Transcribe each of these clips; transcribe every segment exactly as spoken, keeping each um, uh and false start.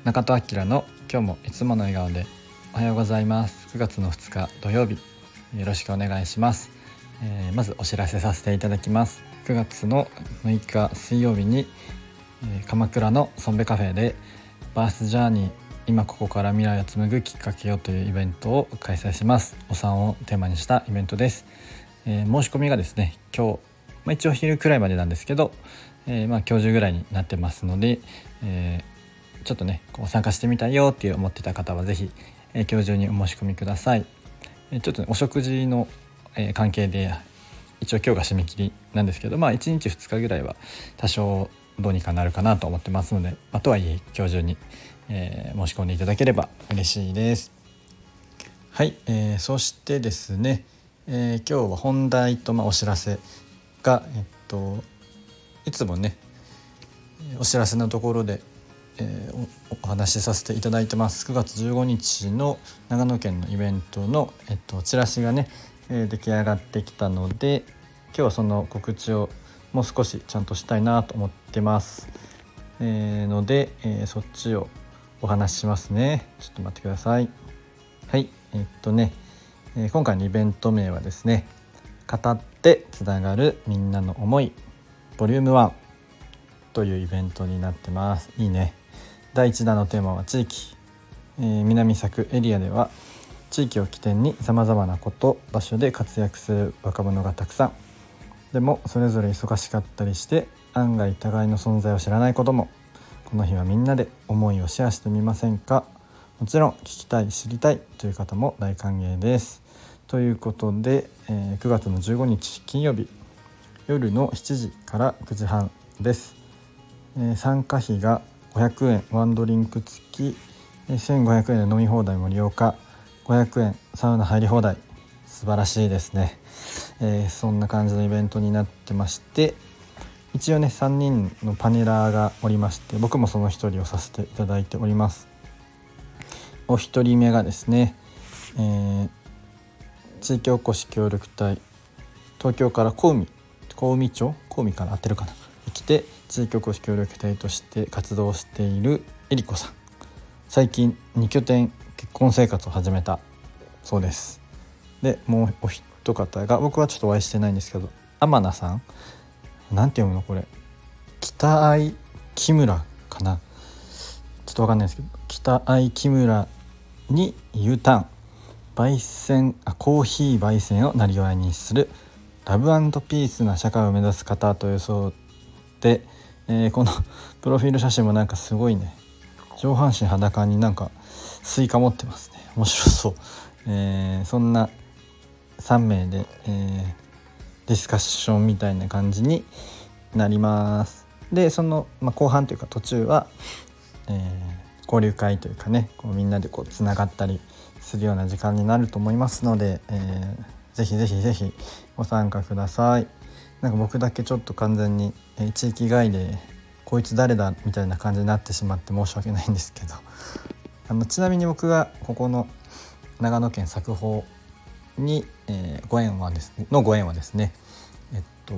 中戸明の今日もいつもの笑顔で。おはようございます。くがつのふつか土曜日、よろしくお願いします。えー、まずお知らせさせていただきます。くがつのむいか水曜日に、えー、鎌倉のソンベカフェでバースジャーニー、今ここから未来を紡ぐきっかけよというイベントを開催します。お産をテーマにしたイベントです。えー、申し込みがですね、今日、まあ、一応昼くらいまでなんですけど、えー、まあ今日中ぐらいになってますので、えーちょっとねこう参加してみたいよって思ってた方はぜひ、えー、今日中にお申し込みください。えー、ちょっと、ね、お食事の、えー、関係で一応今日が締め切りなんですけど、まあいちにちふつかぐらいは多少どうにかなるかなと思ってますので、まあ、とはいえ今日中に、えー、申し込んでいただければ嬉しいです。はい、えー、そしてですね、えー、今日は本題と、まあ、お知らせが、えっと、いつもねお知らせのところでえー、お, お話しさせていただいてます。くがつじゅうごにちの長野県のイベントの、えっと、チラシがね、えー、出来上がってきたので、今日はその告知をもう少しちゃんとしたいなと思ってます、えー、ので、えー、そっちをお話ししますね。ちょっと待ってください。はい、えー、っとね、えー、今回のイベント名はですね、語ってつながるみんなの思いボリュームワンというイベントになってます。いいね。だいいちだんのテーマは地域、えー、南佐久エリアでは地域を起点にさまざまなこと場所で活躍する若者がたくさん。でもそれぞれ忙しかったりして案外互いの存在を知らないことも、この日はみんなで思いをシェアしてみませんか。もちろん聞きたい知りたいという方も大歓迎です。ということで、えー、くがつのじゅうごにち金曜日夜のしちじからくじはんです。えー、参加費がごひゃくえん、ワンドリンク付き、せんごひゃくえんで飲み放題も利用可、ごひゃくえんサウナ入り放題。素晴らしいですね。えー、そんな感じのイベントになってまして、一応ねさんにんのパネラーがおりまして、僕もその一人をさせていただいております。お一人目がですね、えー、地域おこし協力隊、東京から小海小海町小海から合ってるかな来て、地域おこし協力隊として活動しているえりこさん。最近に拠点結婚生活を始めたそうです。でもうお一方が、僕はちょっとお会いしてないんですけど、天名さん、なんて読むのこれ、北愛木村かな、ちょっとわかんないですけど、北愛木村に U ターン焙煎あコーヒー焙煎をなりわいにするラブ&ピースな社会を目指す方というそうで、えー、このプロフィール写真もなんかすごいね、上半身裸になんかスイカ持ってますね。面白そう。えー、そんなさんめいで、えー、ディスカッションみたいな感じになります。でその、まあ、後半というか途中は、えー、交流会というかね、こうみんなでこうつながったりするような時間になると思いますので、えー、ぜひぜひぜひご参加ください。なんか僕だけちょっと完全に、えー、地域外でこいつ誰だみたいな感じになってしまって申し訳ないんですけど、あのちなみに僕がここの長野県佐久穂に、えー、ご縁はですのご縁はですね、えっと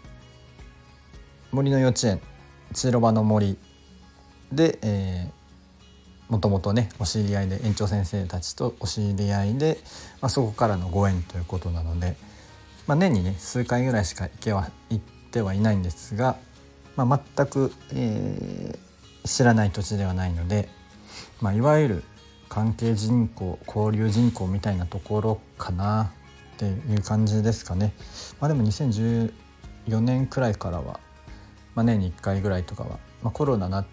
森の幼稚園千広場の森で、えー、もともとねお知り合いで、園長先生たちとお知り合いで、まあ、そこからのご縁ということなので、まあ、年にね数回ぐらいしか行けは行ってはいないんですが、まあ、全く、えー、知らない土地ではないので、まあ、いわゆる関係人口交流人口みたいなところかなっていう感じですかね。まあ、でもにせんじゅうよねんくらいからは、まあ、年にいっかいぐらいとかは、まあ、コロナなって、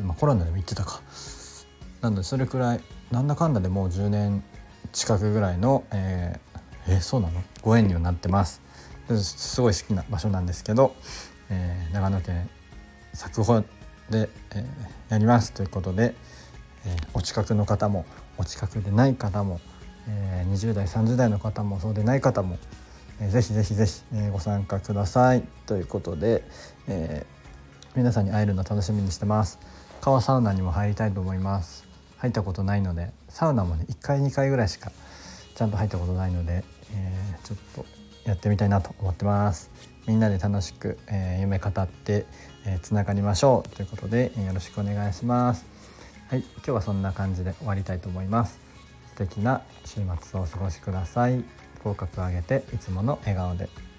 まあ、コロナでも行ってたかなので、それくらいなんだかんだでもうじゅうねん近くぐらいの、えー、えー、そうなのご縁にはなってます。すごい好きな場所なんですけど、えー、長野県佐久穂で、えー、やりますということで、えー、お近くの方もお近くでない方も、えー、にじゅうだいさんじゅうだいの方もそうでない方も、えー、ぜひぜひぜひ、えー、ご参加くださいということで、えー、皆さんに会えるの楽しみにしてます。川サウナにも入りたいと思います。入ったことないので、サウナもねいっかいにかいぐらいしかちゃんと入ったことないので、えー、ちょっとやってみたいなと思ってます。みんなで楽しく、えー、夢語って、えー、つながりましょうということで、えー、よろしくお願いします。 はい、今日はそんな感じで終わりたいと思います。素敵な週末をお過ごしください。口角上げていつもの笑顔で。